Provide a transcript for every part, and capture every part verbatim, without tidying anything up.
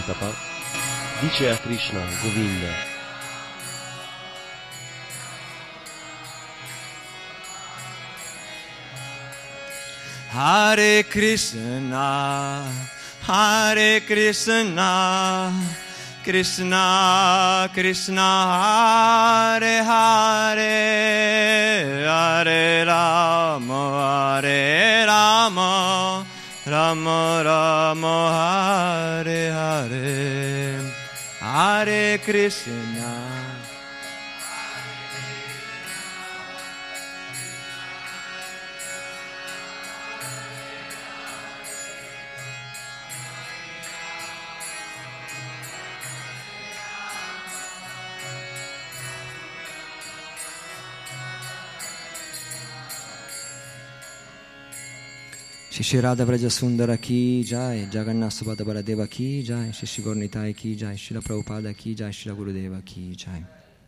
Parantapa, dice a Krishna, Govinda: Hare Krishna, Hare Krishna, Krishna Krishna, Hare Hare, Hare Rama, Hare Rama, Rama Rama, Hare Hare, Hare Krishna. Shri Radha Vraja Sundara ki jai, Jagannath Subhadra Baladeva ki jai, Shri Gornitai ki jai, Shri Prabhupada ki jai, Shri Gurudeva ki jai.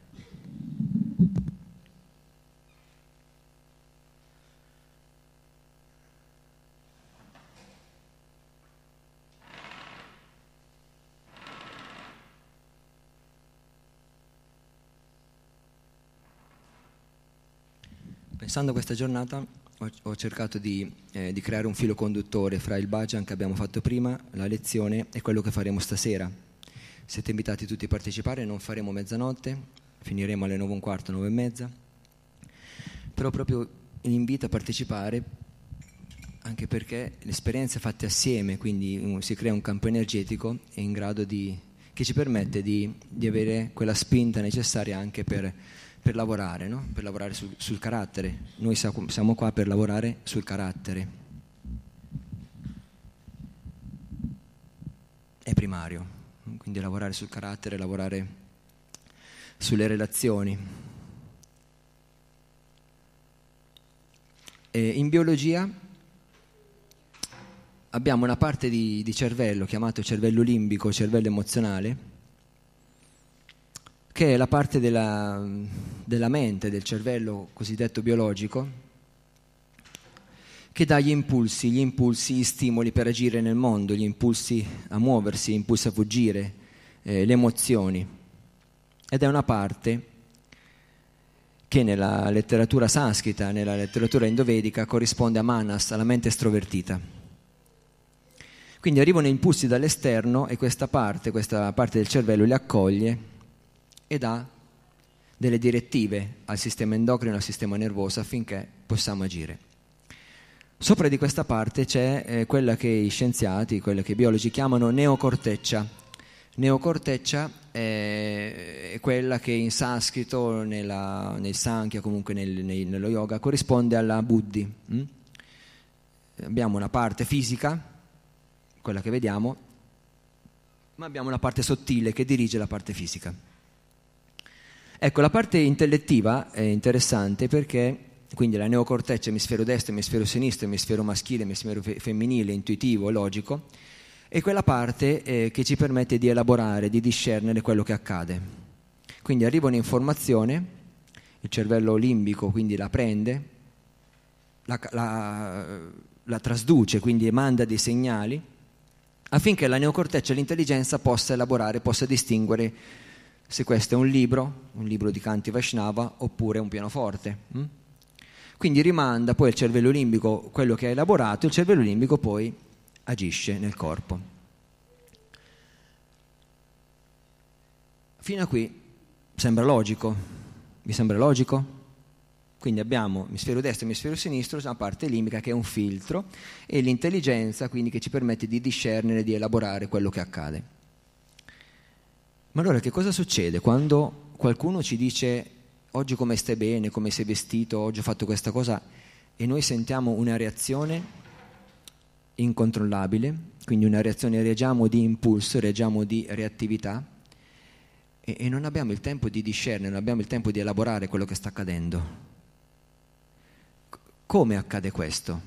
Pensando a questa giornata ho, ho cercato di, eh, di creare un filo conduttore fra il bhajan che abbiamo fatto prima, la lezione e quello che faremo stasera. Siete invitati tutti a partecipare, non faremo mezzanotte, finiremo alle nove e un quarto, nove e mezza, però proprio l'invito a partecipare, anche perché le esperienze fatte assieme, quindi um, si crea un campo energetico è in grado di, che ci permette di, di avere quella spinta necessaria anche per per lavorare, no? Per lavorare sul, sul carattere. Noi siamo qua per lavorare sul carattere. È primario, quindi lavorare sul carattere, lavorare sulle relazioni. E in biologia abbiamo una parte di, di cervello chiamato cervello limbico, cervello emozionale, che è la parte della, della mente, del cervello cosiddetto biologico, che dà gli impulsi, gli impulsi, gli stimoli per agire nel mondo, gli impulsi a muoversi, gli impulsi a fuggire, eh, le emozioni. Ed è una parte che nella letteratura sanscrita, nella letteratura indovedica, corrisponde a manas, alla mente estrovertita. Quindi arrivano impulsi dall'esterno e questa parte, questa parte del cervello li accoglie e dà delle direttive al sistema endocrino, al sistema nervoso affinché possiamo agire. Sopra di questa parte c'è eh, quella che i scienziati, quella che i biologi chiamano neocorteccia. Neocorteccia è, è quella che in sanscrito, nella, nel Sankhya, comunque nel, nel, nello yoga, corrisponde alla buddhi. Mm? Abbiamo una parte fisica, quella che vediamo, ma abbiamo una parte sottile che dirige la parte fisica. Ecco, la parte intellettiva è interessante perché, quindi la neocorteccia, emisfero destro, emisfero sinistro, emisfero maschile, emisfero fe- femminile, intuitivo, logico, è quella parte eh, che ci permette di elaborare, di discernere quello che accade. Quindi arriva un'informazione, il cervello limbico quindi la prende, la, la, la trasduce, quindi manda dei segnali, affinché la neocorteccia, l'intelligenza, possa elaborare, possa distinguere se questo è un libro, un libro di canti Vaishnava, oppure un pianoforte. Hm? Quindi rimanda poi al cervello limbico quello che ha elaborato, il cervello limbico poi agisce nel corpo. Fino a qui sembra logico. Vi sembra logico? Quindi abbiamo emisfero destro e emisfero sinistro, una parte limbica che è un filtro, e l'intelligenza quindi che ci permette di discernere, di elaborare quello che accade. Ma allora che cosa succede quando qualcuno ci dice oggi come stai bene, come sei vestito, oggi ho fatto questa cosa, e noi sentiamo una reazione incontrollabile, quindi una reazione, reagiamo di impulso, reagiamo di reattività e, e non abbiamo il tempo di discernere, non abbiamo il tempo di elaborare quello che sta accadendo. Come accade questo?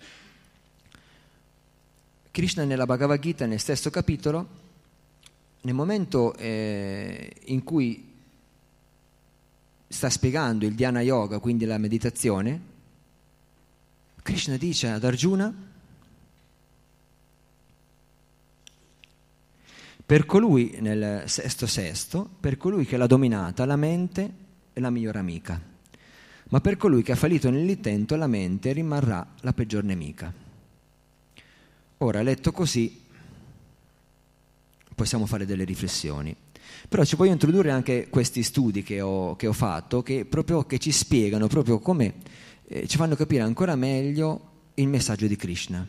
Krishna nella Bhagavad Gita, nel stesso capitolo, nel momento eh, in cui sta spiegando il dhyana yoga, quindi la meditazione, Krishna dice ad Arjuna: Per colui, nel sesto sesto, per colui che l'ha dominata, la mente è la migliore amica, ma per colui che ha fallito nell'intento, la mente rimarrà la peggior nemica. Ora, letto così, possiamo fare delle riflessioni. Però ci voglio introdurre anche questi studi che ho, che ho fatto, che proprio che ci spiegano proprio come, eh, ci fanno capire ancora meglio il messaggio di Krishna.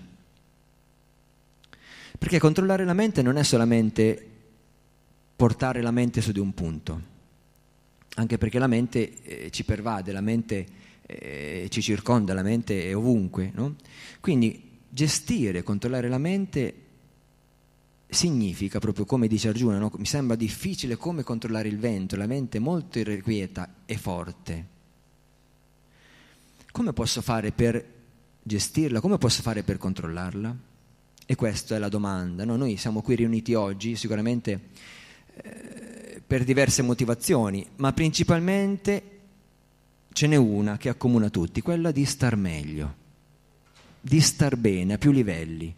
Perché controllare la mente non è solamente portare la mente su di un punto, anche perché la mente eh, ci pervade, la mente eh, ci circonda, la mente è ovunque, no? Quindi gestire, controllare la mente significa, proprio come dice Arjuna, no? Mi sembra difficile come controllare il vento, la mente è molto irrequieta e forte. Come posso fare per gestirla? Come posso fare per controllarla? E questa è la domanda, no? Noi siamo qui riuniti oggi sicuramente eh, per diverse motivazioni, ma principalmente ce n'è una che accomuna tutti, quella di star meglio, di star bene a più livelli.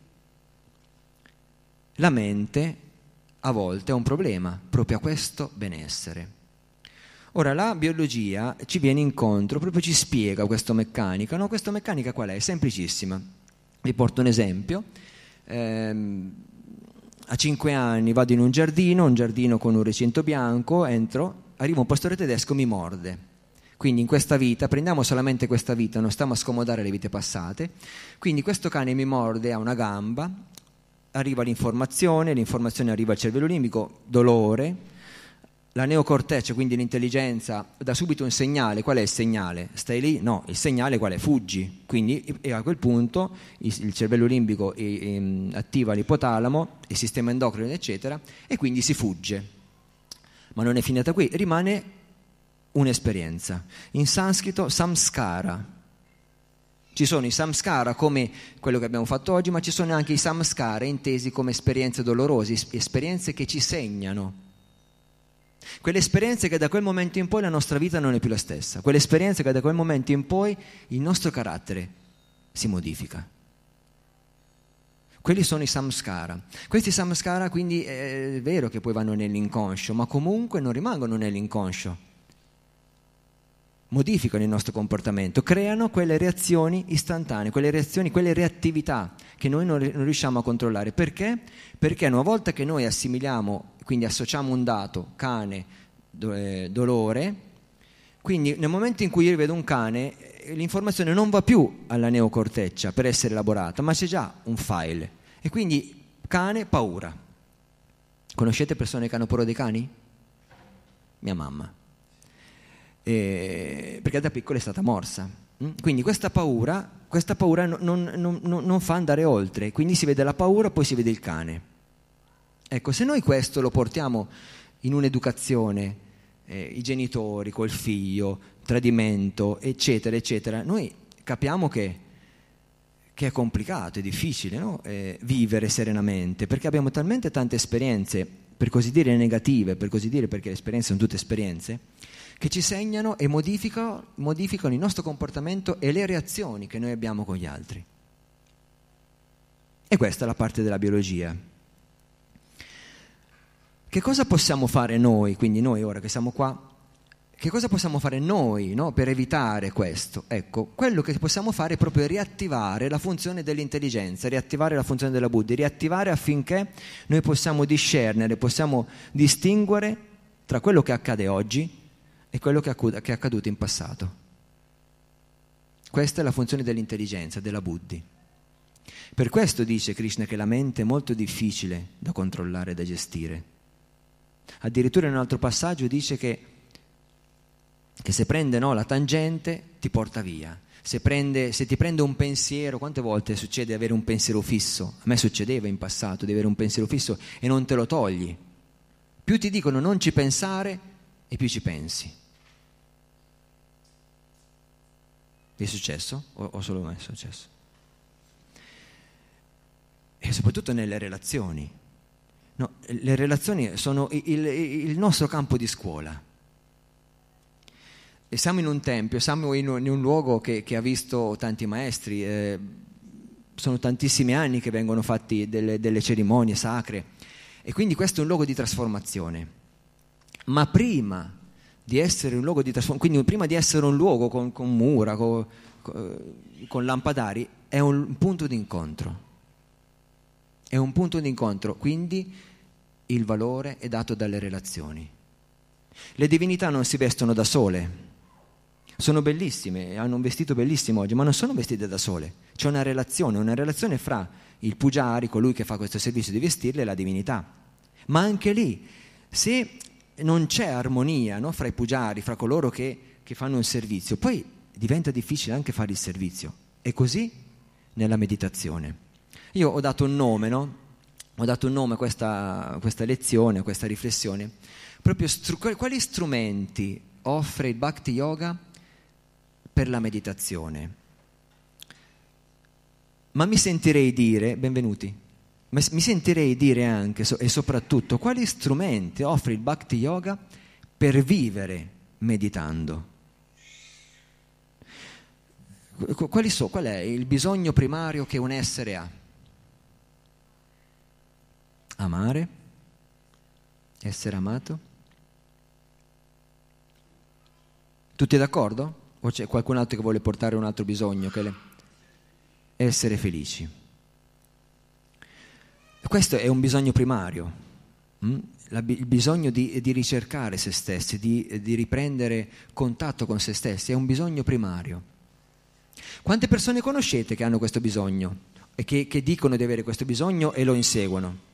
La mente a volte è un problema proprio a questo benessere. Ora la biologia ci viene incontro, proprio ci spiega questa meccanica, no? Questa meccanica qual è? È semplicissima. Vi porto un esempio. Ehm, a cinque anni vado in un giardino, un giardino con un recinto bianco, entro, arriva un pastore tedesco, mi morde. Quindi in questa vita, prendiamo solamente questa vita, non stiamo a scomodare le vite passate, quindi questo cane mi morde a una gamba, arriva l'informazione, l'informazione arriva al cervello limbico, dolore, la neocorteccia, quindi l'intelligenza, dà subito un segnale. Qual è il segnale? Stai lì? No, il segnale qual è? Fuggi. Quindi e a quel punto il, il cervello limbico e, e, attiva l'ipotalamo, il sistema endocrino, eccetera, e quindi si fugge. Ma non è finita qui, rimane un'esperienza. In sanscrito samskara. Ci sono i samskara come quello che abbiamo fatto oggi, ma ci sono anche i samskara intesi come esperienze dolorose, esperienze che ci segnano. Quelle esperienze che da quel momento in poi la nostra vita non è più la stessa. Quelle esperienze che da quel momento in poi il nostro carattere si modifica. Quelli sono i samskara. Questi samskara quindi è vero che poi vanno nell'inconscio, ma comunque non rimangono nell'inconscio. Modificano il nostro comportamento, creano quelle reazioni istantanee, quelle reazioni, quelle reattività che noi non riusciamo a controllare. Perché? Perché una volta che noi assimiliamo, quindi associamo un dato, cane, do, eh, dolore, quindi nel momento in cui io vedo un cane, l'informazione non va più alla neocorteccia per essere elaborata, ma c'è già un file. E quindi cane, paura. Conoscete persone che hanno paura dei cani? Mia mamma. Eh, perché da piccola è stata morsa. Quindi questa paura, questa paura non, non, non, non fa andare oltre, quindi si vede la paura, poi si vede il cane. Ecco, se noi questo lo portiamo in un'educazione, eh, i genitori col figlio, tradimento, eccetera, eccetera, noi capiamo che, che è complicato, è difficile, no? eh, vivere serenamente, perché abbiamo talmente tante esperienze, per così dire negative, per così dire, perché le esperienze sono tutte esperienze, che ci segnano e modificano, modificano il nostro comportamento e le reazioni che noi abbiamo con gli altri. E questa è la parte della biologia. Che cosa possiamo fare noi, quindi noi ora che siamo qua, che cosa possiamo fare noi, no, per evitare questo? Ecco, quello che possiamo fare è proprio riattivare la funzione dell'intelligenza, riattivare la funzione della buddhi, riattivare affinché noi possiamo discernere, possiamo distinguere tra quello che accade oggi e quello che è accaduto in passato. Questa è la funzione dell'intelligenza, della buddhi. Per questo dice Krishna che la mente è molto difficile da controllare e da gestire. Addirittura in un altro passaggio dice che, che se prende no, la tangente ti porta via. Se, prende, se ti prende un pensiero, quante volte succede avere un pensiero fisso? A me succedeva in passato di avere un pensiero fisso e non te lo togli. Più ti dicono non ci pensare e più ci pensi. Vi è successo? O, o solo a me è successo? E soprattutto nelle relazioni. No, le relazioni sono il, il, il nostro campo di scuola. E siamo in un tempio, siamo in un, in un luogo che, che ha visto tanti maestri, eh, sono tantissimi anni che vengono fatti delle, delle cerimonie sacre E quindi questo è un luogo di trasformazione. Ma prima di essere un luogo di trasformazione, quindi prima di essere un luogo con, con mura, con, con lampadari, è un punto di incontro. È un punto di incontro, quindi il valore è dato dalle relazioni. Le divinità non si vestono da sole, sono bellissime, hanno un vestito bellissimo oggi, ma non sono vestite da sole. C'è una relazione, una relazione fra il pugiari, colui che fa questo servizio di vestirle, e la divinità. Ma anche lì, se non c'è armonia, no, fra i pugiari, fra coloro che, che fanno un servizio, poi diventa difficile anche fare il servizio. E così nella meditazione. Io ho dato un nome, no? Ho dato un nome a questa, questa lezione, a questa riflessione, proprio stru- quali strumenti offre il Bhakti Yoga per la meditazione. Ma mi sentirei dire, benvenuti, ma mi sentirei dire anche so, e soprattutto quali strumenti offre il Bhakti Yoga per vivere meditando. Quali so, qual è il bisogno primario che un essere ha? Amare? Essere amato? Tutti d'accordo? O c'è qualcun altro che vuole portare un altro bisogno? Che le... Essere felici. Questo è un bisogno primario, mm? La, il bisogno di, di ricercare se stessi, di, di riprendere contatto con se stessi, è un bisogno primario. Quante persone conoscete che hanno questo bisogno e che, che dicono di avere questo bisogno e lo inseguono?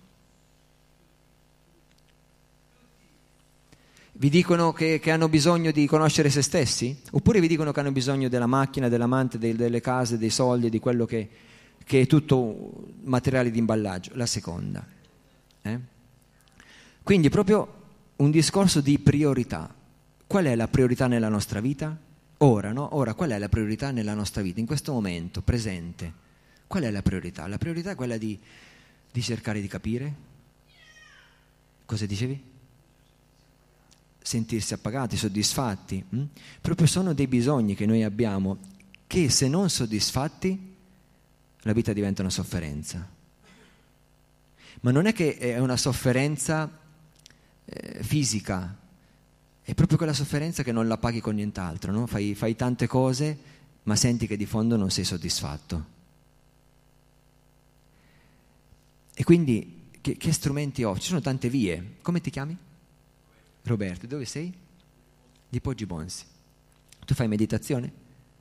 Vi dicono che, che hanno bisogno di conoscere se stessi? Oppure vi dicono che hanno bisogno della macchina, dell'amante, dei, delle case, dei soldi, di quello che, che è tutto materiale di imballaggio? La seconda. Eh? Quindi proprio un discorso di priorità. Qual è la priorità nella nostra vita? Ora, no? Ora, qual è la priorità nella nostra vita? In questo momento, presente. Qual è la priorità? La priorità è quella di, di cercare di capire. Cosa dicevi? Sentirsi appagati, soddisfatti. Hm? Proprio sono dei bisogni che noi abbiamo che, se non soddisfatti, la vita diventa una sofferenza. Ma non è che è una sofferenza eh, fisica, è proprio quella sofferenza che non la paghi con nient'altro, no? Fai, fai tante cose, ma senti che di fondo non sei soddisfatto. E quindi che, che strumenti ho? Ci sono tante vie. Come ti chiami? Roberto, dove sei? Di Poggi Bonsi. Tu fai meditazione?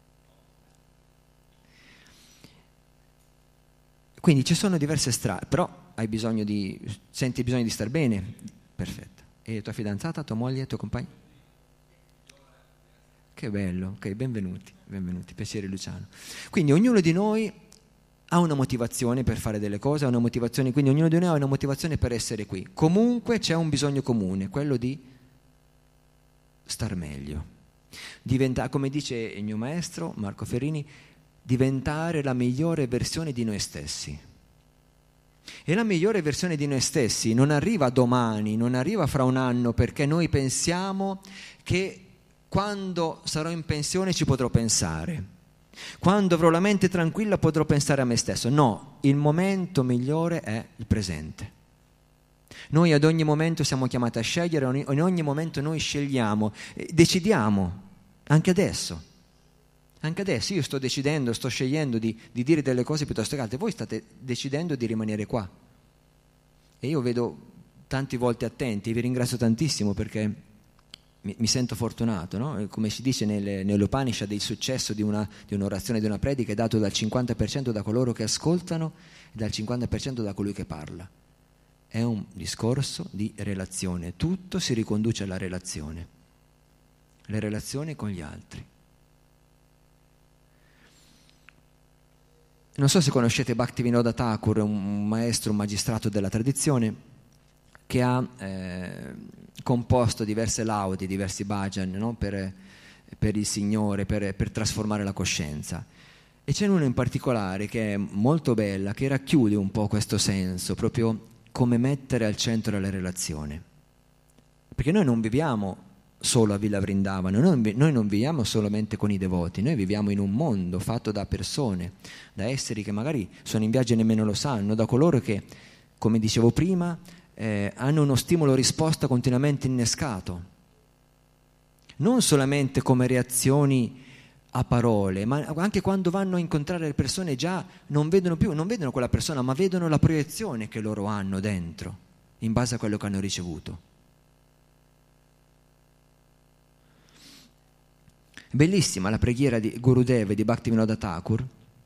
Quindi ci sono diverse strade, però hai bisogno di, senti bisogno di star bene? Perfetto. E tua fidanzata, tua moglie, tuo compagno? Che bello, ok, benvenuti, benvenuti, piacere Luciano. Quindi ognuno di noi ha una motivazione per fare delle cose, ha una motivazione, quindi ognuno di noi ha una motivazione per essere qui. Comunque c'è un bisogno comune, quello di star meglio. Diventa, come dice il mio maestro Marco Ferrini, diventare la migliore versione di noi stessi. E la migliore versione di noi stessi non arriva domani, non arriva fra un anno, perché noi pensiamo che quando sarò in pensione ci potrò pensare. Quando avrò la mente tranquilla potrò pensare a me stesso. No, il momento migliore è il presente. Noi ad ogni momento siamo chiamati a scegliere, in ogni momento noi scegliamo, decidiamo, anche adesso. Anche adesso io sto decidendo, sto scegliendo di, di dire delle cose piuttosto che altre. Voi state decidendo di rimanere qua. E io vedo tanti volti attenti, vi ringrazio tantissimo perché mi, mi sento fortunato, no? Come si dice nelle, nell'Upanishad, il successo di, una, di un'orazione, di una predica è dato dal cinquanta per cento da coloro che ascoltano e dal cinquanta per cento da colui che parla. È un discorso di relazione, tutto si riconduce alla relazione, le relazioni con gli altri. Non so se conoscete Bhaktivinoda Thakur, un maestro, un magistrato della tradizione, che ha eh, composto diverse laudi, diversi bhajan, no? per, per il Signore, per, per trasformare la coscienza. E c'è una in particolare che è molto bella, che racchiude un po' questo senso, proprio come mettere al centro la relazione. Perché noi non viviamo solo a Villa Vrindavana, noi, noi non viviamo solamente con i devoti, noi viviamo in un mondo fatto da persone, da esseri che magari sono in viaggio e nemmeno lo sanno, da coloro che, come dicevo prima, eh, hanno uno stimolo-risposta continuamente innescato, non solamente come reazioni a parole, ma anche quando vanno a incontrare le persone già non vedono più, non vedono quella persona, ma vedono la proiezione che loro hanno dentro, in base a quello che hanno ricevuto. Bellissima la preghiera di Gurudeva di Bhaktivinoda Thakur.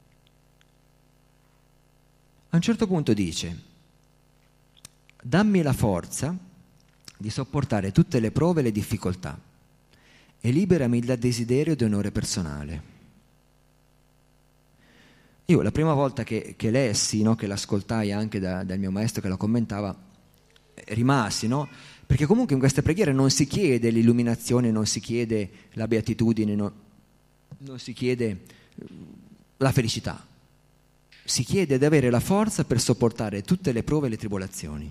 A un certo punto dice: dammi la forza di sopportare tutte le prove e le difficoltà e liberami dal desiderio di onore personale. Io la prima volta che, che lessi, no, che l'ascoltai anche da, dal mio maestro che la commentava, rimasi, no? Perché comunque in queste preghiere non si chiede l'illuminazione, non si chiede la beatitudine, no, non si chiede la felicità. Si chiede di avere la forza per sopportare tutte le prove e le tribolazioni.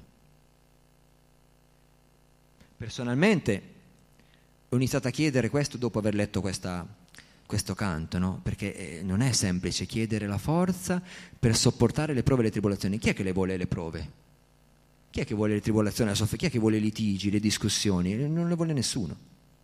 Personalmente ho iniziato a chiedere questo dopo aver letto questa, questo canto, no? Perché non è semplice chiedere la forza per sopportare le prove e le tribolazioni. Chi è che le vuole le prove? Chi è che vuole le tribolazioni, la sofferenza? Chi è che vuole i litigi, le discussioni? Non le vuole nessuno.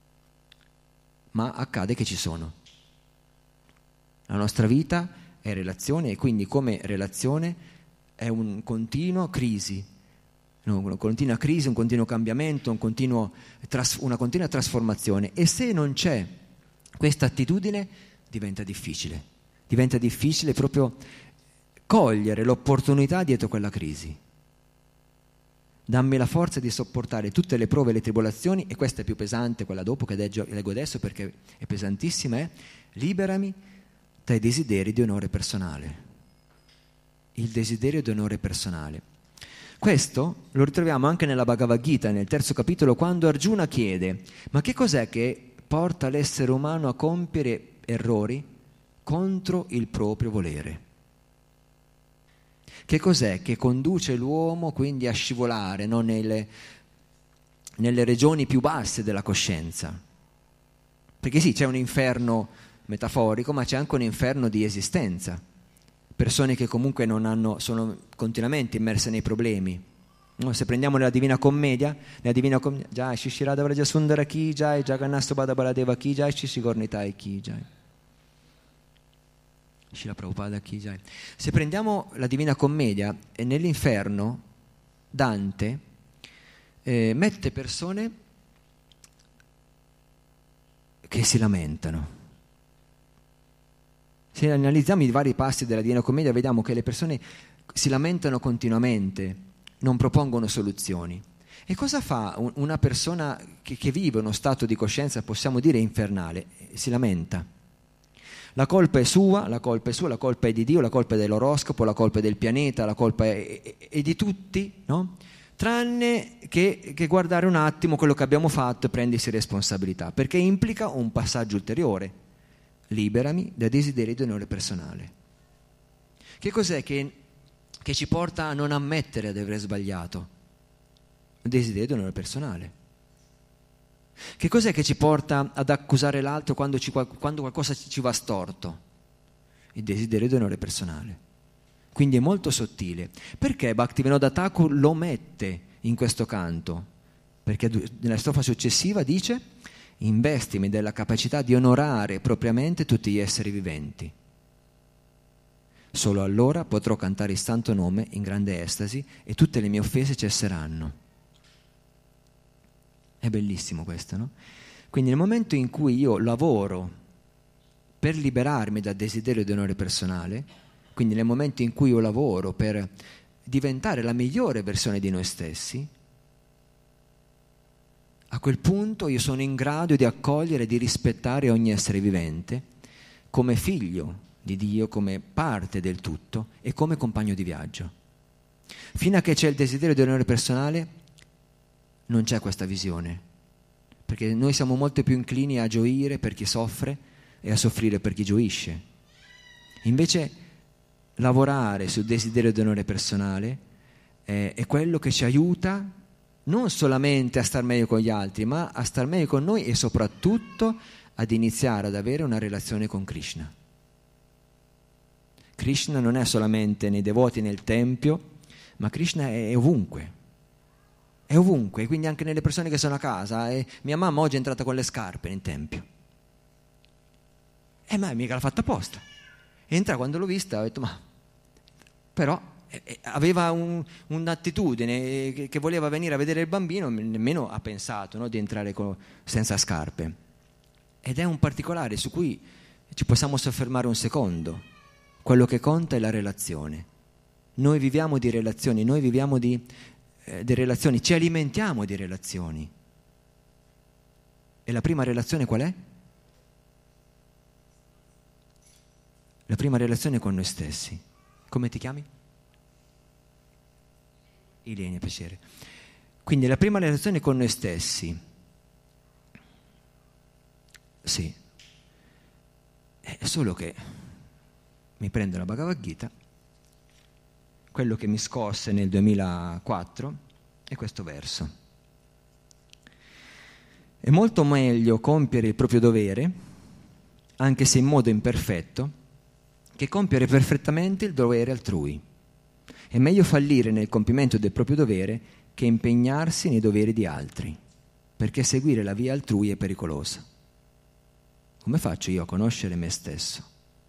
Ma accade che ci sono. La nostra vita è relazione e quindi come relazione è un continuo crisi, no? Una continua crisi, un continuo cambiamento, un continuo tras- una continua trasformazione. E se non c'è questa attitudine diventa difficile. Diventa difficile proprio cogliere l'opportunità dietro quella crisi. Dammi la forza di sopportare tutte le prove e le tribolazioni, e questa è più pesante, quella dopo che leggo adesso perché è pesantissima, è liberami dai desideri di onore personale. Il desiderio di onore personale. Questo lo ritroviamo anche nella Bhagavad Gita, nel terzo capitolo, quando Arjuna chiede: ma che cos'è che porta l'essere umano a compiere errori contro il proprio volere? Che cos'è che conduce l'uomo quindi a scivolare, no, nelle, nelle regioni più basse della coscienza? Perché sì, c'è un inferno metaforico, ma c'è anche un inferno di esistenza. Persone che comunque non hanno, sono continuamente immerse nei problemi. No, se prendiamo la Divina Commedia, nella Divina Commedia, Jai Shishirada Vraja Sundara Ki Jai, Jagannasubhada Baladeva Ki Jai, Shishigornitai Ki Jai. Srila Prabhupada Ki Jai. Se prendiamo la Divina Commedia, e nell'inferno Dante eh, mette persone che si lamentano. Se analizziamo i vari passi della Divina Commedia, vediamo che le persone si lamentano continuamente, non propongono soluzioni. E cosa fa una persona che, che vive uno stato di coscienza, possiamo dire infernale? Si lamenta. La colpa è sua, la colpa è sua, la colpa è di Dio, la colpa è dell'oroscopo, la colpa è del pianeta, la colpa è, è, è di tutti, no? Tranne che, che guardare un attimo quello che abbiamo fatto e prendersi responsabilità, perché implica un passaggio ulteriore: liberami dai desideri di onore personale. Che cos'è che, che ci porta a non ammettere di aver sbagliato? Il desiderio di onore personale. Che cos'è che ci porta ad accusare l'altro quando, ci, quando qualcosa ci va storto? Il desiderio di onore personale. Quindi è molto sottile. Perché Bhaktivinoda Thakur lo mette in questo canto? Perché nella strofa successiva dice: investimi della capacità di onorare propriamente tutti gli esseri viventi. Solo allora potrò cantare il santo nome in grande estasi e tutte le mie offese cesseranno. È bellissimo questo, no? Quindi nel momento in cui io lavoro per liberarmi dal desiderio di onore personale, quindi nel momento in cui io lavoro per diventare la migliore versione di noi stessi, a quel punto io sono in grado di accogliere e di rispettare ogni essere vivente come figlio di Dio, come parte del tutto e come compagno di viaggio. Fino a che c'è il desiderio di onore personale non c'è questa visione, perché noi siamo molto più inclini a gioire per chi soffre e a soffrire per chi gioisce. Invece lavorare sul desiderio di onore personale è, è quello che ci aiuta non solamente a star meglio con gli altri, ma a star meglio con noi e soprattutto ad iniziare ad avere una relazione con Krishna. Krishna non è solamente nei devoti nel tempio, ma Krishna è ovunque. è ovunque, quindi anche nelle persone che sono a casa. E mia mamma oggi è entrata con le scarpe in tempio. E ma mica l'ha fatta apposta. Entra, quando l'ho vista ho detto ma... Però eh, aveva un, un'attitudine che, che voleva venire a vedere il bambino, nemmeno ha pensato, no, di entrare con, senza scarpe. Ed è un particolare su cui ci possiamo soffermare un secondo. Quello che conta è la relazione. Noi viviamo di relazioni, noi viviamo di, eh, di relazioni, ci alimentiamo di relazioni. E la prima relazione qual è? La prima relazione è con noi stessi. Come ti chiami? Ilenia, piacere. Quindi la prima relazione è con noi stessi. Sì. È solo che mi prendo la Bhagavad Gita, quello che mi scosse nel duemilaquattro è questo verso. È molto meglio compiere il proprio dovere, anche se in modo imperfetto, che compiere perfettamente il dovere altrui. È meglio fallire nel compimento del proprio dovere che impegnarsi nei doveri di altri, perché seguire la via altrui è pericolosa. Come faccio io a conoscere me stesso?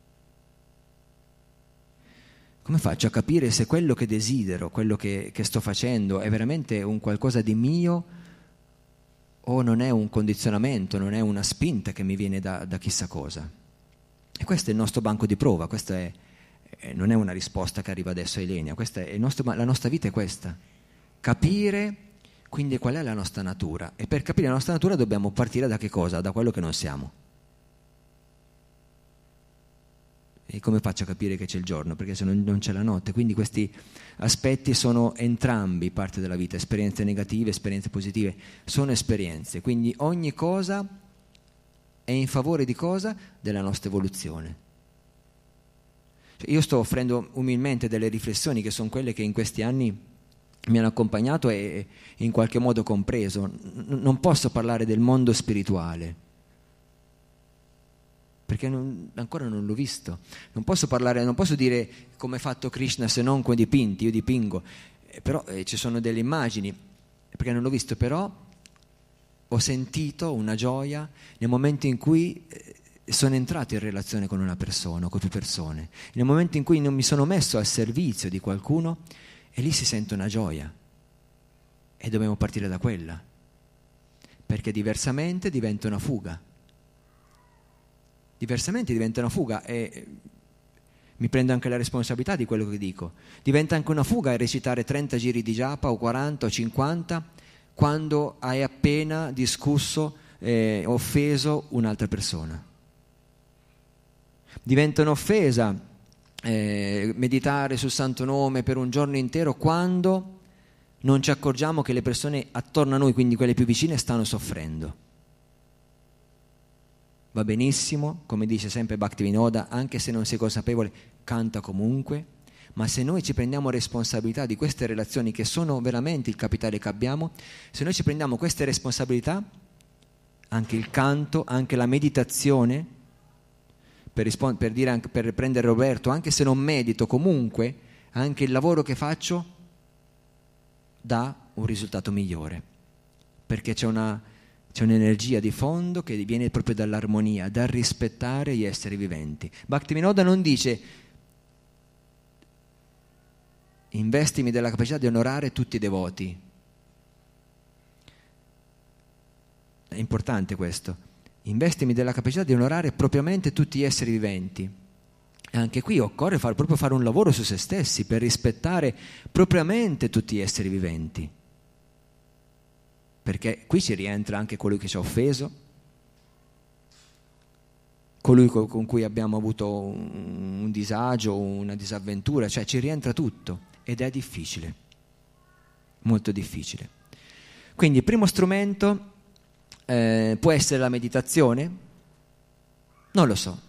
Come faccio a capire se quello che desidero, quello che, che sto facendo è veramente un qualcosa di mio o non è un condizionamento, non è una spinta che mi viene da, da chissà cosa? E questo è il nostro banco di prova, questa è, eh, non è una risposta che arriva adesso a Ilenia, questa è il nostro, la nostra vita è questa. Capire quindi qual è la nostra natura, e per capire la nostra natura dobbiamo partire da che cosa? Da quello che non siamo. E come faccio a capire che c'è il giorno? Perché se non, non c'è la notte. Quindi questi aspetti sono entrambi parte della vita, esperienze negative, esperienze positive, sono esperienze. Quindi ogni cosa è in favore di cosa? Della nostra evoluzione. Cioè, io sto offrendo umilmente delle riflessioni che sono quelle che in questi anni mi hanno accompagnato e in qualche modo compreso. N- non posso parlare del mondo spirituale, perché non, ancora non l'ho visto. Non posso parlare, non posso dire come ha fatto Krishna se non con i dipinti, io dipingo, eh, però eh, ci sono delle immagini, perché non l'ho visto, però ho sentito una gioia nel momento in cui eh, sono entrato in relazione con una persona o con più persone, nel momento in cui non mi sono messo al servizio di qualcuno, e lì si sente una gioia, e dobbiamo partire da quella, perché diversamente diventa una fuga. Diversamente diventa una fuga, e mi prendo anche la responsabilità di quello che dico. Diventa anche una fuga recitare trenta giri di japa o quaranta o cinquanta quando hai appena discusso, eh, offeso un'altra persona. Diventa un'offesa eh, meditare sul santo nome per un giorno intero quando non ci accorgiamo che le persone attorno a noi, quindi quelle più vicine, stanno soffrendo. Va benissimo, come dice sempre Bhaktivinoda, anche se non sei consapevole, canta comunque, ma se noi ci prendiamo responsabilità di queste relazioni che sono veramente il capitale che abbiamo, se noi ci prendiamo queste responsabilità, anche il canto, anche la meditazione, per, rispond- per, dire anche, per prendere Roberto, anche se non medito comunque, anche il lavoro che faccio dà un risultato migliore, perché c'è una... C'è un'energia di fondo che viene proprio dall'armonia, dal rispettare gli esseri viventi. Bhaktivinoda non dice investimi della capacità di onorare tutti i devoti. È importante questo. Investimi della capacità di onorare propriamente tutti gli esseri viventi. E anche qui occorre far, proprio fare un lavoro su se stessi per rispettare propriamente tutti gli esseri viventi. Perché qui ci rientra anche colui che ci ha offeso, colui con cui abbiamo avuto un, un disagio, una disavventura, cioè ci rientra tutto, ed è difficile, molto difficile. Quindi il primo strumento eh, può essere la meditazione? Non lo so.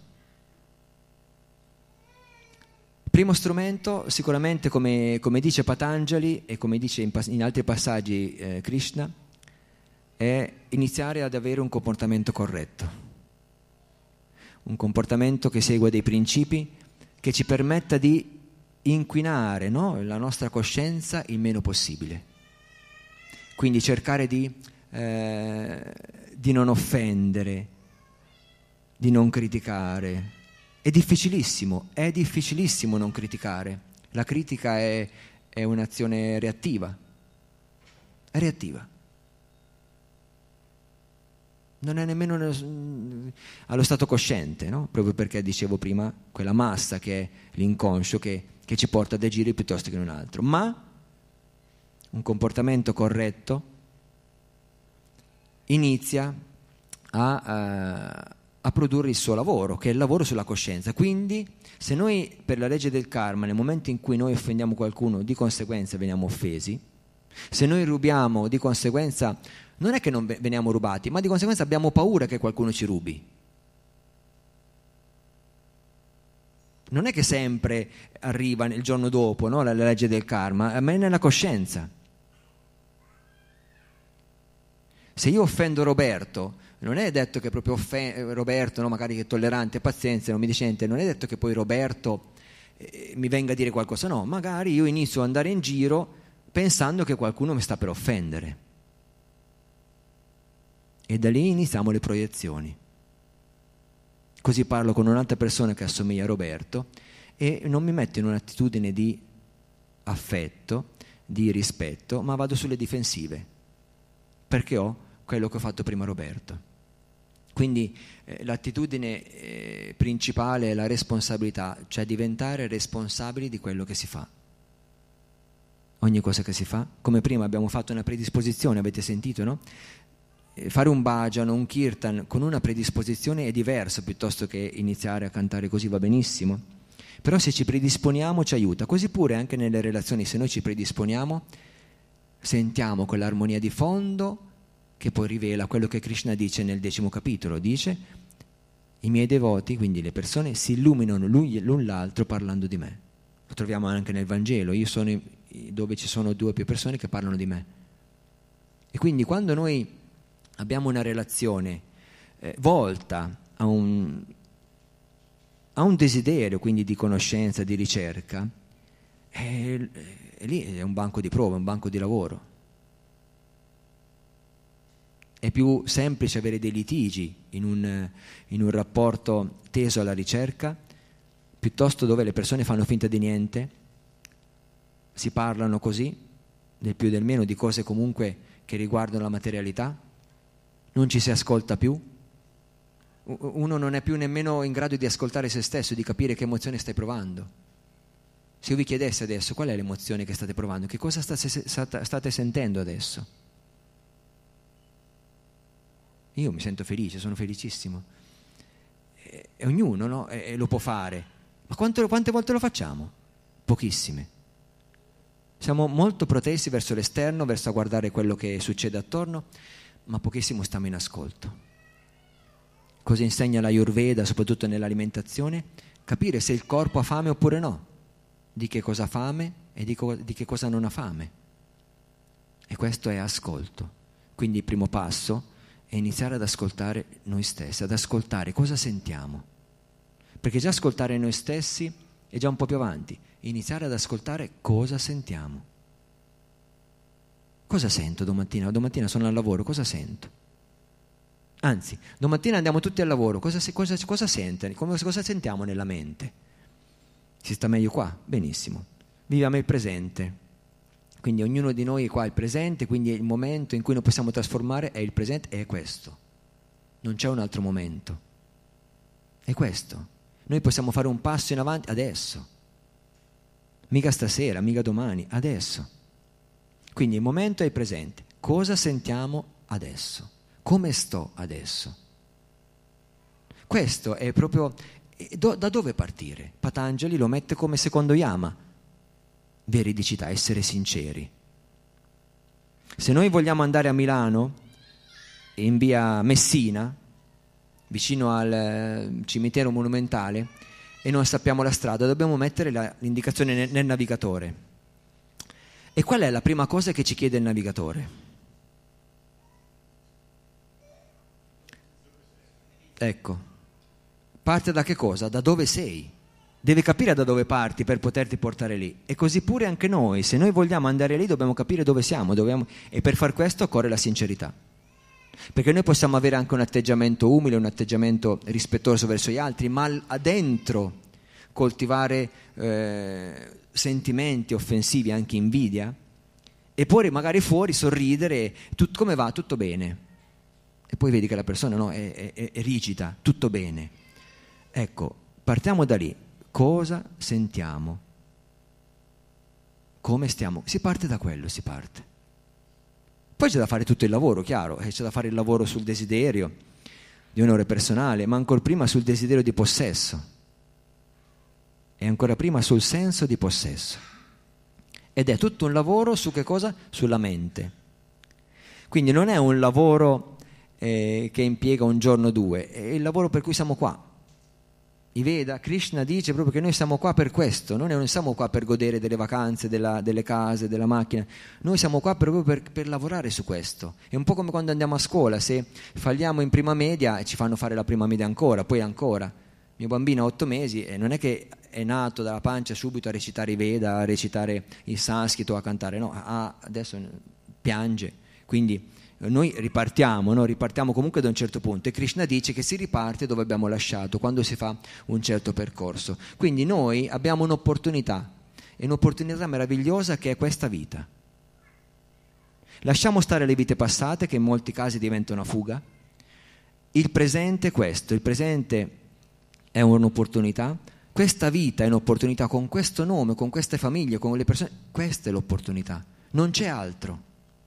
Il primo strumento sicuramente, come, come dice Patanjali e come dice in, in altri passaggi eh, Krishna, è iniziare ad avere un comportamento corretto, un comportamento che segua dei principi che ci permetta di inquinare, no, la nostra coscienza il meno possibile. Quindi cercare di, eh, di non offendere, di non criticare. È difficilissimo, è difficilissimo non criticare. La critica è, è un'azione reattiva, è reattiva. Non è nemmeno allo stato cosciente, no? Proprio perché dicevo prima, quella massa che è l'inconscio che, che ci porta ad agire piuttosto che in un altro. Ma un comportamento corretto inizia a, a, a produrre il suo lavoro, che è il lavoro sulla coscienza. Quindi, se noi, per la legge del karma, nel momento in cui noi offendiamo qualcuno, di conseguenza veniamo offesi, se noi rubiamo, di conseguenza non è che non veniamo rubati, ma di conseguenza abbiamo paura che qualcuno ci rubi. Non è che sempre arriva il giorno dopo, no, la, la legge del karma, ma è nella coscienza. Se io offendo Roberto, non è detto che proprio offen- Roberto, no, magari che è tollerante, pazienza, non mi dice niente, non è detto che poi Roberto eh, mi venga a dire qualcosa, no, magari io inizio ad andare in giro pensando che qualcuno mi sta per offendere. E da lì iniziamo le proiezioni. Così parlo con un'altra persona che assomiglia a Roberto e non mi metto in un'attitudine di affetto, di rispetto, ma vado sulle difensive, perché ho quello che ho fatto prima Roberto. Quindi eh, l'attitudine eh, principale è la responsabilità, cioè diventare responsabili di quello che si fa. Ogni cosa che si fa, come prima abbiamo fatto una predisposizione, avete sentito, no? Fare un bhajan o un kirtan con una predisposizione è diverso piuttosto che iniziare a cantare così, va benissimo, però se ci predisponiamo ci aiuta. Così pure anche nelle relazioni, se noi ci predisponiamo sentiamo quell'armonia di fondo che poi rivela quello che Krishna dice nel decimo capitolo, dice: i miei devoti, quindi le persone, si illuminano l'un l'altro parlando di me. Lo troviamo anche nel Vangelo, io sono dove ci sono due o più persone che parlano di me. E quindi quando noi abbiamo una relazione eh, volta a un, a un desiderio, quindi di conoscenza, di ricerca, e, e lì è un banco di prova, un banco di lavoro. È più semplice avere dei litigi in un, in un rapporto teso alla ricerca, piuttosto dove le persone fanno finta di niente, si parlano così, del più e del meno, di cose comunque che riguardano la materialità. Non ci si ascolta più, uno non è più nemmeno in grado di ascoltare se stesso, di capire che emozione stai provando. Se io vi chiedessi adesso qual è l'emozione che state provando, che cosa state, state sentendo adesso? Io mi sento felice, sono felicissimo. E, e ognuno, no? e, e lo può fare, ma quanto, quante volte lo facciamo? Pochissime. Siamo molto protesi verso l'esterno, verso a guardare quello che succede attorno, ma pochissimo stiamo in ascolto. Cosa insegna l'Ayurveda, soprattutto nell'alimentazione? Capire se il corpo ha fame oppure no, di che cosa ha fame e di, co- di che cosa non ha fame. E questo è ascolto. Quindi il primo passo è iniziare ad ascoltare noi stessi, ad ascoltare cosa sentiamo. Perché già ascoltare noi stessi è già un po' più avanti. Iniziare ad ascoltare cosa sentiamo. Cosa sento domattina? Domattina sono al lavoro, cosa sento? Anzi, domattina andiamo tutti al lavoro, cosa, cosa, cosa sente? Cosa sentiamo nella mente? Si sta meglio qua? Benissimo. Viviamo il presente. Quindi ognuno di noi è qua il presente, quindi il momento in cui noi possiamo trasformare è il presente e è questo. Non c'è un altro momento. È questo. Noi possiamo fare un passo in avanti adesso. Mica stasera, mica domani, adesso. Quindi il momento è il presente. Cosa sentiamo adesso? Come sto adesso? Questo è proprio... Do, da dove partire? Patanjali lo mette come secondo yama. Veridicità, essere sinceri. Se noi vogliamo andare a Milano, in via Messina, vicino al cimitero monumentale, e non sappiamo la strada, dobbiamo mettere la, l'indicazione nel, nel navigatore. E qual è la prima cosa che ci chiede il navigatore? Ecco, parte da che cosa? Da dove sei? Devi capire da dove parti per poterti portare lì. E così pure anche noi, se noi vogliamo andare lì dobbiamo capire dove siamo, dobbiamo... e per far questo occorre la sincerità. Perché noi possiamo avere anche un atteggiamento umile, un atteggiamento rispettoso verso gli altri, ma dentro coltivare eh, sentimenti offensivi, anche invidia, e poi magari fuori sorridere, tut, come va? Tutto bene. E poi vedi che la persona no, è, è, è rigida, tutto bene. Ecco, partiamo da lì. Cosa sentiamo? Come stiamo? Si parte da quello, si parte. Poi c'è da fare tutto il lavoro, chiaro, c'è da fare il lavoro sul desiderio di onore personale, ma ancora prima sul desiderio di possesso e ancora prima sul senso di possesso. Ed è tutto un lavoro su che cosa? Sulla mente. Quindi non è un lavoro eh, che impiega un giorno o due, è il lavoro per cui siamo qua. I Veda, Krishna dice proprio che noi siamo qua per questo, noi non siamo qua per godere delle vacanze, della, delle case, della macchina, noi siamo qua proprio per, per lavorare su questo. È un po' come quando andiamo a scuola, se falliamo in prima media ci fanno fare la prima media ancora, poi ancora. Mio bambino ha otto mesi e non è che è nato dalla pancia subito a recitare i Veda, a recitare il sanscrito, a cantare, no, ah, adesso piange, quindi noi ripartiamo, no? ripartiamo comunque da un certo punto e Krishna dice che si riparte dove abbiamo lasciato, quando si fa un certo percorso. Quindi noi abbiamo un'opportunità, è un'opportunità meravigliosa che è questa vita. Lasciamo stare le vite passate che in molti casi diventano una fuga. Il presente è questo, il presente è un'opportunità, questa vita è un'opportunità con questo nome, con queste famiglie, con le persone, questa è l'opportunità, non c'è altro.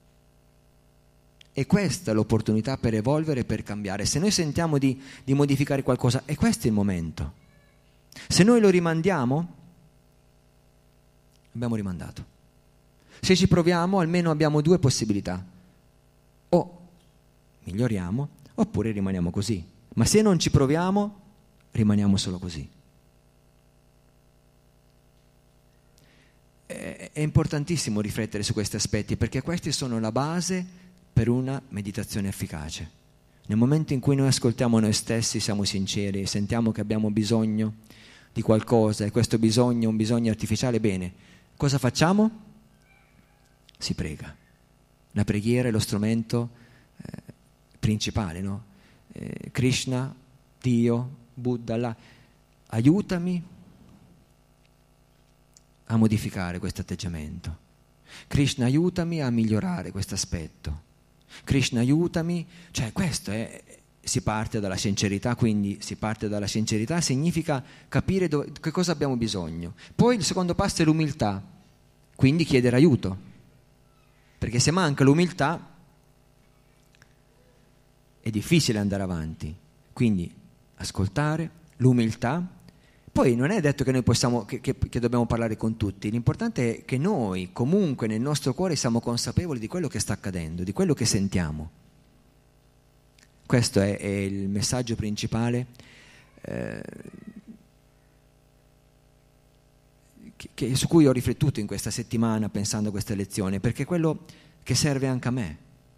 E questa è l'opportunità per evolvere e per cambiare. Se noi sentiamo di, di modificare qualcosa, è questo il momento. Se noi lo rimandiamo, abbiamo rimandato. Se ci proviamo, almeno abbiamo due possibilità. O miglioriamo, oppure rimaniamo così. Ma se non ci proviamo, rimaniamo solo così. È, è importantissimo riflettere su questi aspetti, perché questi sono la base per una meditazione efficace. Nel momento in cui noi ascoltiamo noi stessi, siamo sinceri e sentiamo che abbiamo bisogno di qualcosa e questo bisogno è un bisogno artificiale, bene, cosa facciamo? Si prega. La preghiera è lo strumento eh, principale, no? Eh, Krishna, Dio, Buddha, Allah, aiutami a modificare questo atteggiamento. Krishna, aiutami a migliorare questo aspetto. Krishna, aiutami, cioè questo è, si parte dalla sincerità, quindi si parte dalla sincerità significa capire dove, che cosa abbiamo bisogno. Poi il secondo passo è l'umiltà, quindi chiedere aiuto, perché se manca l'umiltà è difficile andare avanti, quindi ascoltare, l'umiltà. Poi non è detto che noi possiamo, che, che, che dobbiamo parlare con tutti, l'importante è che noi comunque nel nostro cuore siamo consapevoli di quello che sta accadendo, di quello che sentiamo. Questo è, è il messaggio principale eh, che, che, su cui ho riflettuto in questa settimana pensando a questa lezione, perché è quello che serve anche a me.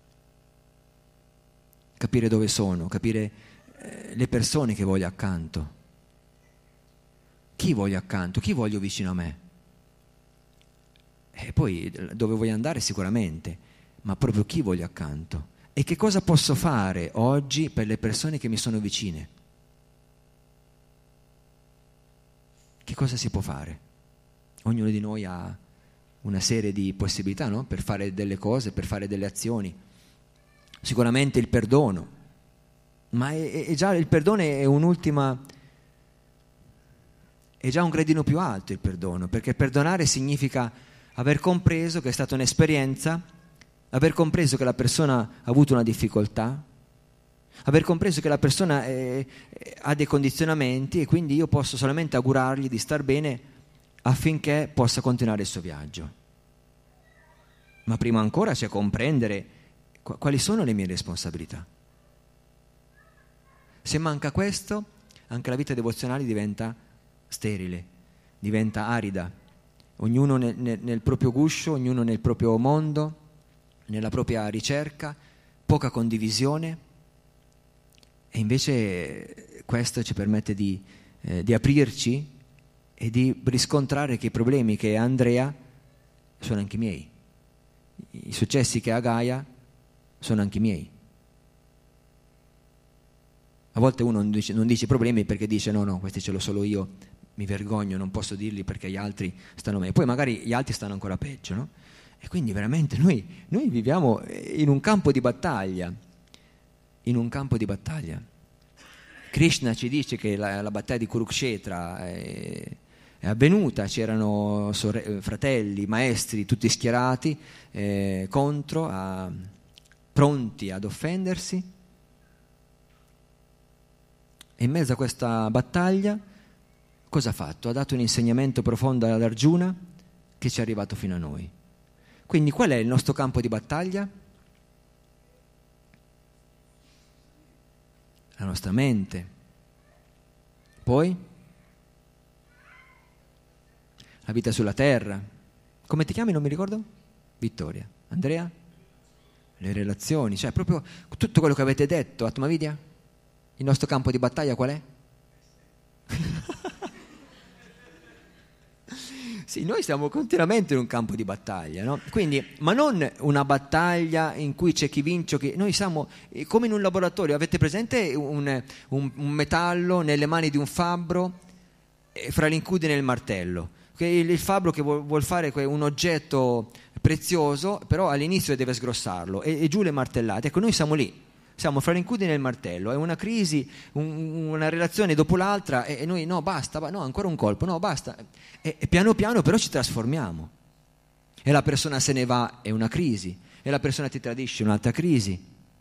Capire dove sono, capire eh, le persone che voglio accanto. Chi voglio accanto? Chi voglio vicino a me? E poi dove voglio andare sicuramente, ma proprio chi voglio accanto? E che cosa posso fare oggi per le persone che mi sono vicine? Che cosa si può fare? Ognuno di noi ha una serie di possibilità, no? Per fare delle cose, per fare delle azioni. Sicuramente il perdono, ma è, è già il perdono è un'ultima... È già un gradino più alto il perdono, perché perdonare significa aver compreso che è stata un'esperienza, aver compreso che la persona ha avuto una difficoltà, aver compreso che la persona è, è, ha dei condizionamenti e quindi io posso solamente augurargli di star bene affinché possa continuare il suo viaggio. Ma prima ancora c'è comprendere qu- quali sono le mie responsabilità. Se manca questo, anche la vita devozionale diventa sterile, diventa arida, ognuno nel, nel, nel proprio guscio, ognuno nel proprio mondo, nella propria ricerca, poca condivisione. E invece questo ci permette di, eh, di aprirci e di riscontrare che i problemi che ha Andrea sono anche miei, i successi che ha Gaia sono anche miei. A volte uno non dice, non dice problemi perché dice no, no, questi ce l'ho solo io, mi vergogno, non posso dirli perché gli altri stanno meglio. Poi magari gli altri stanno ancora peggio, no? E quindi veramente noi, noi viviamo in un campo di battaglia, in un campo di battaglia. Krishna ci dice che la, la battaglia di Kurukshetra è, è avvenuta, c'erano sorre- fratelli, maestri, tutti schierati eh, contro, a, pronti ad offendersi. E in mezzo a questa battaglia cosa ha fatto? Ha dato un insegnamento profondo ad Arjuna che ci è arrivato fino a noi. Quindi qual è il nostro campo di battaglia? La nostra mente. Poi la vita sulla terra. Come ti chiami? Non mi ricordo? Vittoria. Andrea? Le relazioni, cioè proprio tutto quello che avete detto. Atmavidya? Il nostro campo di battaglia qual è? Sì, noi siamo continuamente in un campo di battaglia, no? Quindi, ma non una battaglia in cui c'è chi vince, chi... noi siamo come in un laboratorio. Avete presente un, un, un metallo nelle mani di un fabbro e fra l'incudine e il martello? Il, il fabbro che vuol, vuol fare un oggetto prezioso, però all'inizio deve sgrossarlo e, e giù le martellate. Ecco, noi siamo lì. Siamo fra l'incudine e il martello, è una crisi, un, una relazione dopo l'altra e, e noi no basta, no ancora un colpo, no basta e, e piano piano però ci trasformiamo e la persona se ne va, è una crisi, e la persona ti tradisce, un'altra crisi,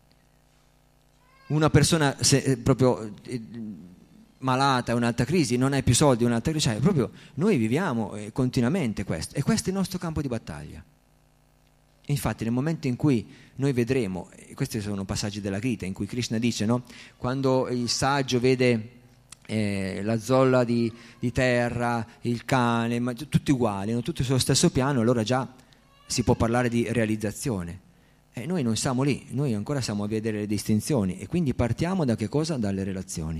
una persona se, proprio eh, malata è un'altra crisi, non hai più soldi, un'altra crisi, cioè proprio noi viviamo eh, continuamente questo e questo è il nostro campo di battaglia. Infatti nel momento in cui noi vedremo, questi sono passaggi della Gita in cui Krishna dice, no? Quando il saggio vede eh, la zolla di, di terra, il cane, ma tutti uguali, no? Tutti sullo stesso piano, allora già si può parlare di realizzazione. E noi non siamo lì, noi ancora siamo a vedere le distinzioni e quindi partiamo da che cosa? Dalle relazioni.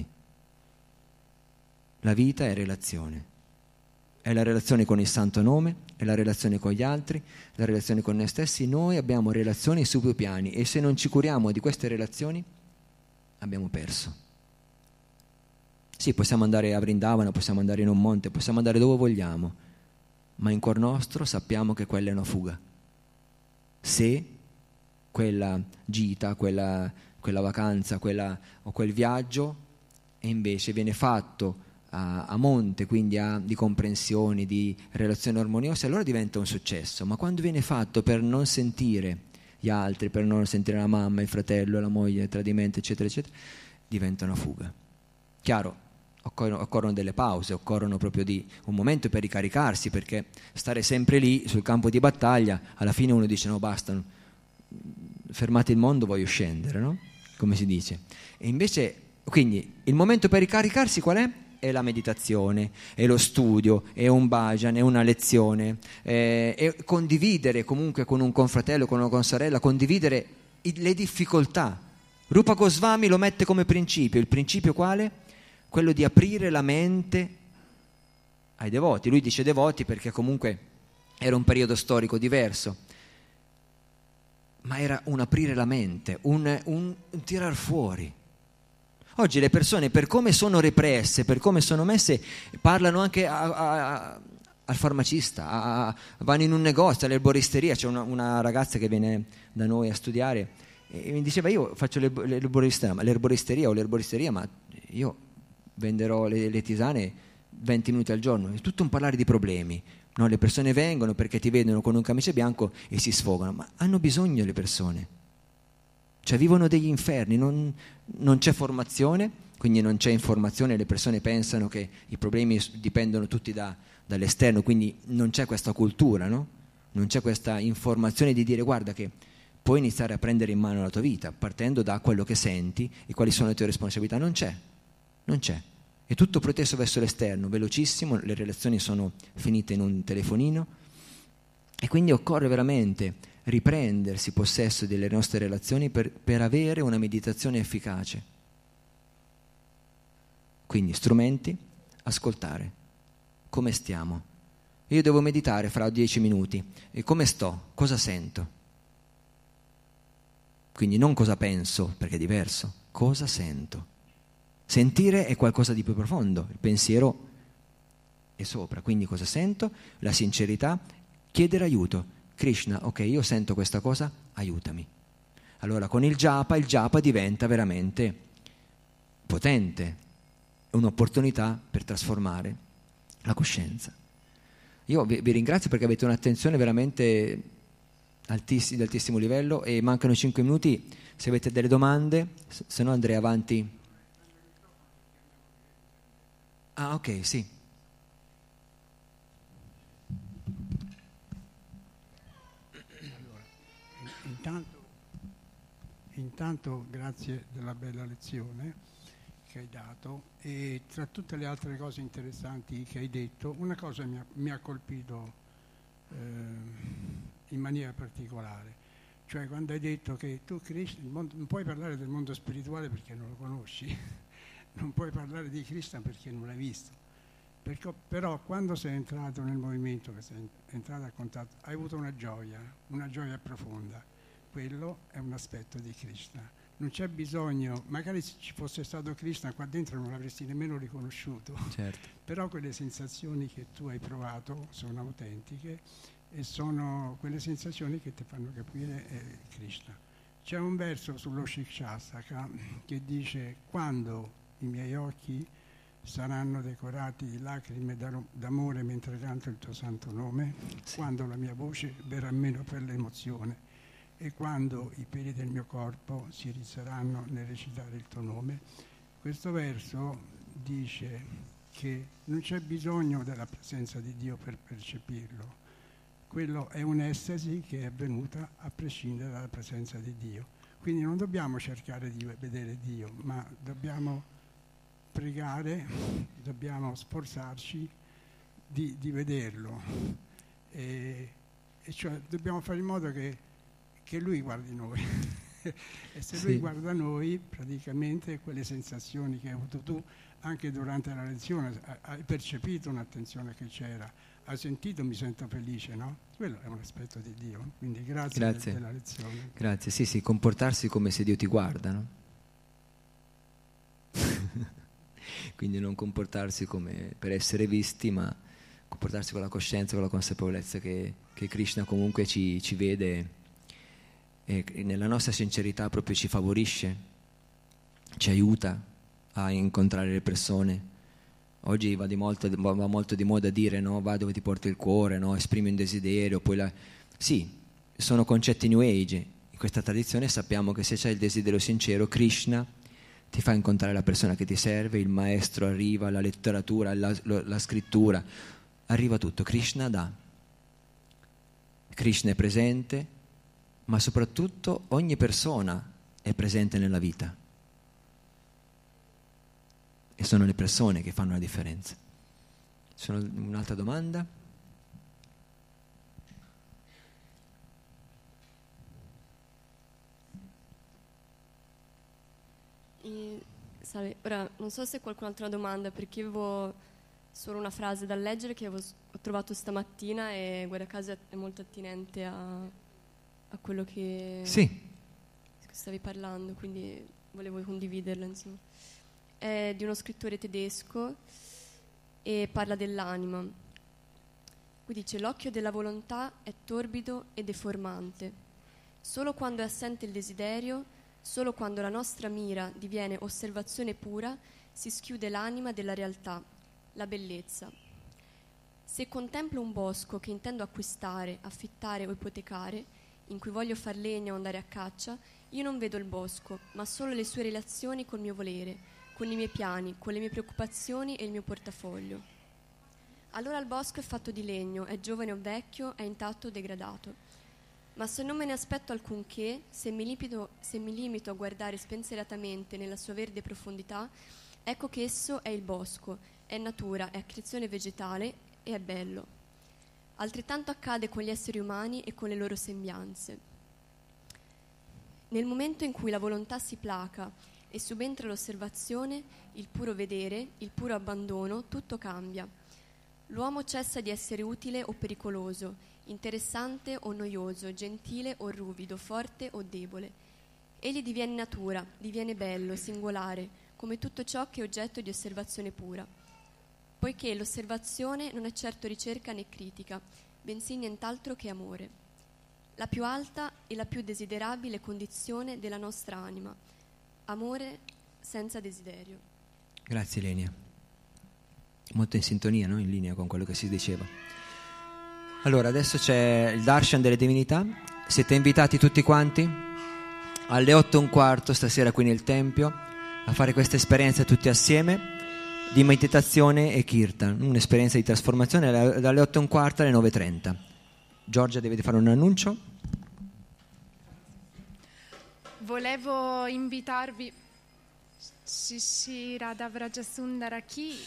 La vita è relazione. È la relazione con il santo nome, è la relazione con gli altri, la relazione con noi stessi. Noi abbiamo relazioni su più piani e se non ci curiamo di queste relazioni abbiamo perso. Sì, possiamo andare a Vrindavana, possiamo andare in un monte, possiamo andare dove vogliamo, ma in cuor nostro sappiamo che quella è una fuga. Se quella gita, quella, quella vacanza, quella, o quel viaggio e invece viene fatto A, a monte, quindi a, di comprensioni, di relazioni armoniose, allora diventa un successo. Ma quando viene fatto per non sentire gli altri, per non sentire la mamma, il fratello, la moglie, il tradimento, eccetera, eccetera, diventa una fuga. Chiaro, occorrono, occorrono delle pause, occorrono proprio di un momento per ricaricarsi, perché stare sempre lì sul campo di battaglia, alla fine uno dice no basta, fermate il mondo, voglio scendere, no? Come si dice. E invece, quindi il momento per ricaricarsi qual è? È la meditazione, è lo studio, è un bhajan, è una lezione, è, è condividere comunque con un confratello, con una consorella, condividere i, le difficoltà. Rupa Goswami lo mette come principio. Il principio quale? Quello di aprire la mente ai devoti. Lui dice devoti perché comunque era un periodo storico diverso, ma era un aprire la mente, un, un, un tirar fuori. Oggi le persone, per come sono represse, per come sono messe, parlano anche a, a, a, al farmacista, a, a, vanno in un negozio, all'erboristeria. C'è una, una ragazza che viene da noi a studiare e mi diceva io faccio l'erboristeria, ma l'erboristeria o l'erboristeria, ma io venderò le, le tisane venti minuti al giorno. È tutto un parlare di problemi. No, le persone vengono perché ti vedono con un camice bianco e si sfogano, ma hanno bisogno le persone. Cioè vivono degli inferni, non, non c'è formazione, quindi non c'è informazione, le persone pensano che i problemi dipendono tutti da, dall'esterno, quindi non c'è questa cultura, no? Non c'è questa informazione di dire guarda che puoi iniziare a prendere in mano la tua vita, partendo da quello che senti e quali sono le tue responsabilità. Non c'è, non c'è. È tutto proteso verso l'esterno, velocissimo, le relazioni sono finite in un telefonino e quindi occorre veramente riprendersi possesso delle nostre relazioni per, per avere una meditazione efficace. Quindi strumenti, ascoltare, come stiamo. Io devo meditare fra dieci minuti. E come sto? Cosa sento? Quindi non cosa penso, perché è diverso. Cosa sento? Sentire è qualcosa di più profondo. Il pensiero è sopra. Quindi cosa sento? La sincerità. Chiedere aiuto. Krishna, ok, io sento questa cosa, aiutami. Allora con il japa, il japa diventa veramente potente. È un'opportunità per trasformare la coscienza. Io vi, vi ringrazio perché avete un'attenzione veramente altissima, di altissimo livello, e mancano cinque minuti. Se avete delle domande, se no andrei avanti. Ah, ok, sì. Allora, intanto, intanto grazie della bella lezione che hai dato, e tra tutte le altre cose interessanti che hai detto, una cosa mi ha, mi ha colpito eh, in maniera particolare, cioè quando hai detto che tu Krishna, il mondo, non puoi parlare del mondo spirituale perché non lo conosci, non puoi parlare di Krishna perché non l'hai visto, perché, però quando sei entrato nel movimento, che sei entrato a contatto, hai avuto una gioia, una gioia profonda. Quello è un aspetto di Krishna. Non c'è bisogno, magari se ci fosse stato Krishna qua dentro non l'avresti nemmeno riconosciuto, Certo. però quelle sensazioni che tu hai provato sono autentiche e sono quelle sensazioni che ti fanno capire eh, Krishna. C'è un verso sullo Shikshasaka che dice: quando i miei occhi saranno decorati di lacrime d'amore mentre canto il tuo santo nome, sì. Quando la mia voce verrà meno per l'emozione e quando i peli del mio corpo si rizzeranno nel recitare il tuo nome. Questo verso dice che non c'è bisogno della presenza di Dio per percepirlo. Quello è un'estasi che è venuta a prescindere dalla presenza di Dio. Quindi non dobbiamo cercare di vedere Dio, ma dobbiamo pregare, dobbiamo sforzarci di, di vederlo. E, e cioè dobbiamo fare in modo che che lui guardi noi e se lui sì. guarda noi, praticamente quelle sensazioni che hai avuto tu anche durante la lezione, hai percepito un'attenzione che c'era, hai sentito mi sento felice, no? Quello è un aspetto di Dio, quindi grazie, grazie. De, della lezione. Grazie, sì sì, comportarsi come se Dio ti guarda, no? Quindi non comportarsi come per essere visti, ma comportarsi con la coscienza, con la consapevolezza che, che Krishna comunque ci, ci vede e nella nostra sincerità proprio ci favorisce, ci aiuta a incontrare le persone. Oggi va, di molto, va molto di moda dire, no? Va dove ti porta il cuore, no? Esprimi un desiderio, poi la... Sì, sono concetti New Age. In questa tradizione sappiamo che se c'è il desiderio sincero, Krishna ti fa incontrare la persona che ti serve, il maestro arriva, la letteratura, la, la scrittura, arriva tutto. Krishna dà. Krishna è presente, ma soprattutto ogni persona è presente nella vita e sono le persone che fanno la differenza. C'è un'altra domanda? E, salve, ora non so se qualcun altro ha una domanda, perché io avevo solo una frase da leggere che avevo, ho trovato stamattina e guarda caso è molto attinente a a quello che sì. stavi parlando, quindi volevo condividerla, insomma. È di uno scrittore tedesco e parla dell'anima. Qui dice: l'occhio della volontà è torbido e deformante. Solo quando è assente il desiderio, solo quando la nostra mira diviene osservazione pura, si schiude l'anima della realtà, la bellezza. Se contemplo un bosco che intendo acquistare, affittare o ipotecare, in cui voglio far legna o andare a caccia, io non vedo il bosco, ma solo le sue relazioni col mio volere, con i miei piani, con le mie preoccupazioni e il mio portafoglio. Allora il bosco è fatto di legno, è giovane o vecchio, è intatto o degradato. Ma se non me ne aspetto alcunché, se mi, limito, se mi limito a guardare spensieratamente nella sua verde profondità, ecco che esso è il bosco, è natura, è accrezione vegetale e è bello. Altrettanto accade con gli esseri umani e con le loro sembianze. Nel momento in cui la volontà si placa e subentra l'osservazione, il puro vedere, il puro abbandono, tutto cambia. L'uomo cessa di essere utile o pericoloso, interessante o noioso, gentile o ruvido, forte o debole. Egli diviene natura, diviene bello, singolare, come tutto ciò che è oggetto di osservazione pura, poiché l'osservazione non è certo ricerca né critica, bensì nient'altro che amore, la più alta e la più desiderabile condizione della nostra anima, amore senza desiderio. Grazie Lenia, molto in sintonia, no? In linea con quello che si diceva. Allora adesso c'è il Darshan delle divinità, siete invitati tutti quanti alle otto e un quarto stasera qui nel Tempio a fare questa esperienza tutti assieme di meditazione e kirtan, un'esperienza di trasformazione dalle otto e un quarto alle nove e trenta. Giorgia deve fare un annuncio. Volevo invitarvi Shishi Radha Vrajasundara-ki.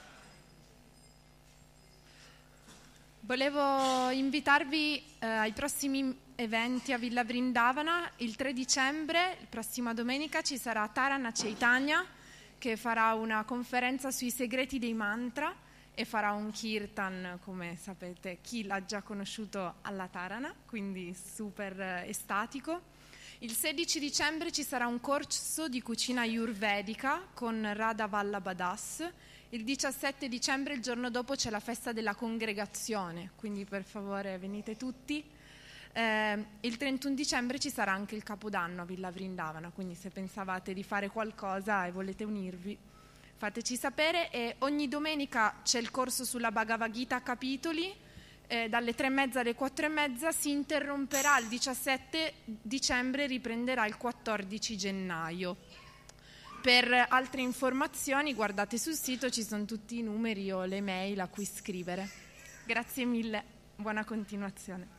Volevo invitarvi eh, ai prossimi eventi a Villa Vrindavana. Il tre dicembre, prossima domenica, ci sarà Tarana Chaitanya che farà una conferenza sui segreti dei mantra e farà un kirtan, come sapete, chi l'ha già conosciuto alla Tarana, quindi super estatico. Il sedici dicembre ci sarà un corso di cucina ayurvedica con Radha Vallabha Das. Il diciassette dicembre, il giorno dopo, c'è la festa della congregazione, quindi per favore venite tutti. Eh, il trentuno dicembre ci sarà anche il Capodanno a Villa Vrindavana, quindi se pensavate di fare qualcosa e volete unirvi, fateci sapere. E ogni domenica c'è il corso sulla Bhagavad Gita a capitoli, eh, dalle tre e mezza alle quattro e mezza, si interromperà il diciassette dicembre e riprenderà il quattordici gennaio. Per altre informazioni guardate sul sito, ci sono tutti i numeri o le mail a cui scrivere. Grazie mille, buona continuazione.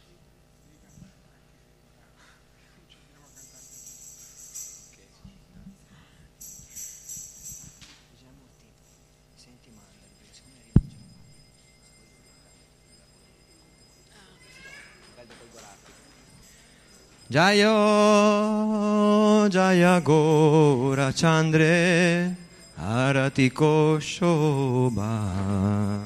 Jayo Jaya Gora Chandre Arati Koshobha.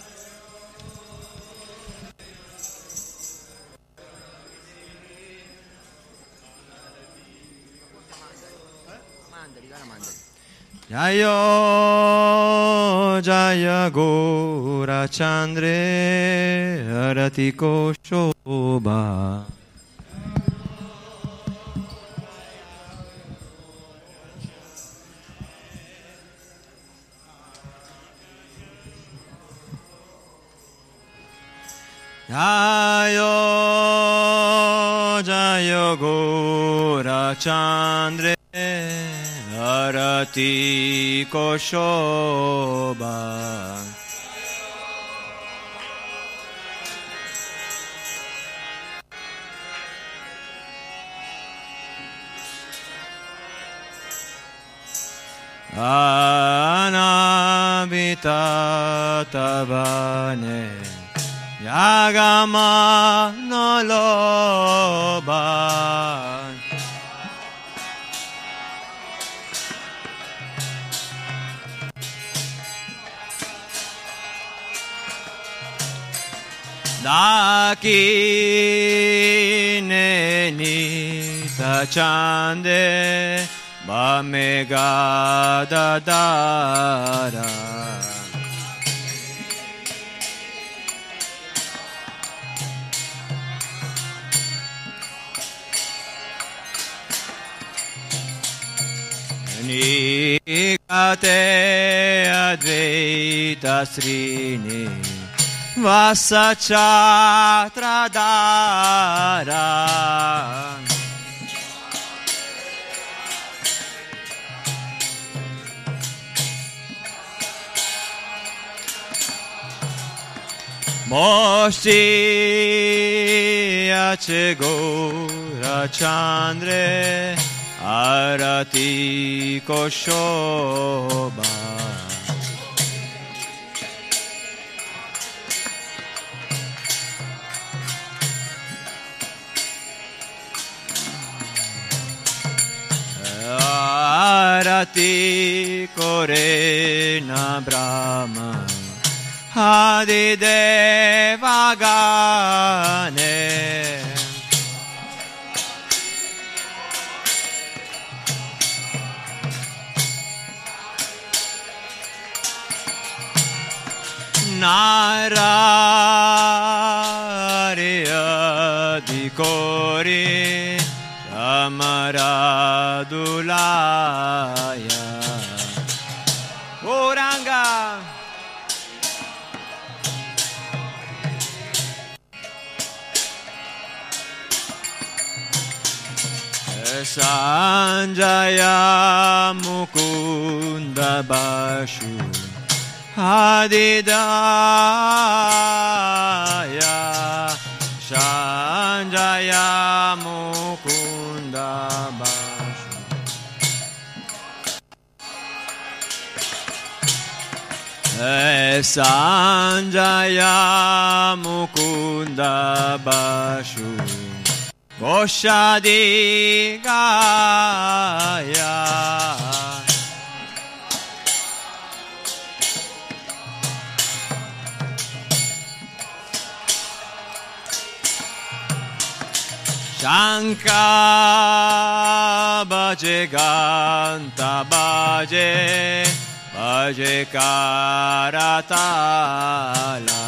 Jayo Jaya Gora Chandre Arati Koshobha. Jayo Jayo Gora Chandre Arati Koshobha. Anabhitatavane Yagama no loba. Dakine nita chande bamega dadara. Nikate Advaita Srini Vasachatradara. Mosti Achegora Chandre Arati Koshobha. Arati Korena Brahma Adideva Gane Nararia di Cori Shamaradulaya Oranga Sanjaya Mukunda Bashu Adidaya Sanjaya Mukunda Bashu Sanjaya Mukunda Bashu Goshadi Gaya Shanka Baje Ganta Baje Baje Karatala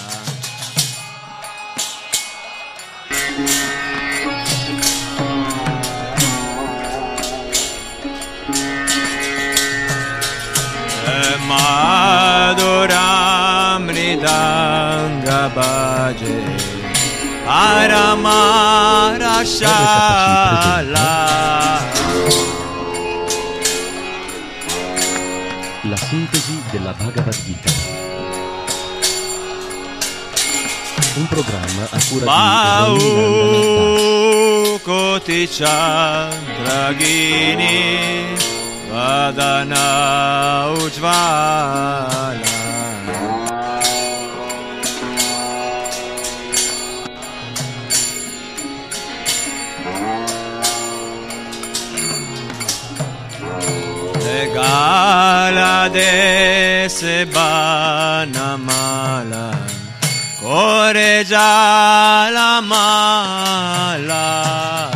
Maduram Ridanga Baje Aramarashala. La sintesi della Bhagavad Gita. Un programma a cura di Bau Koti Chandragini Vadana Ujvala Gala de Sebanamala Kore Jala Mala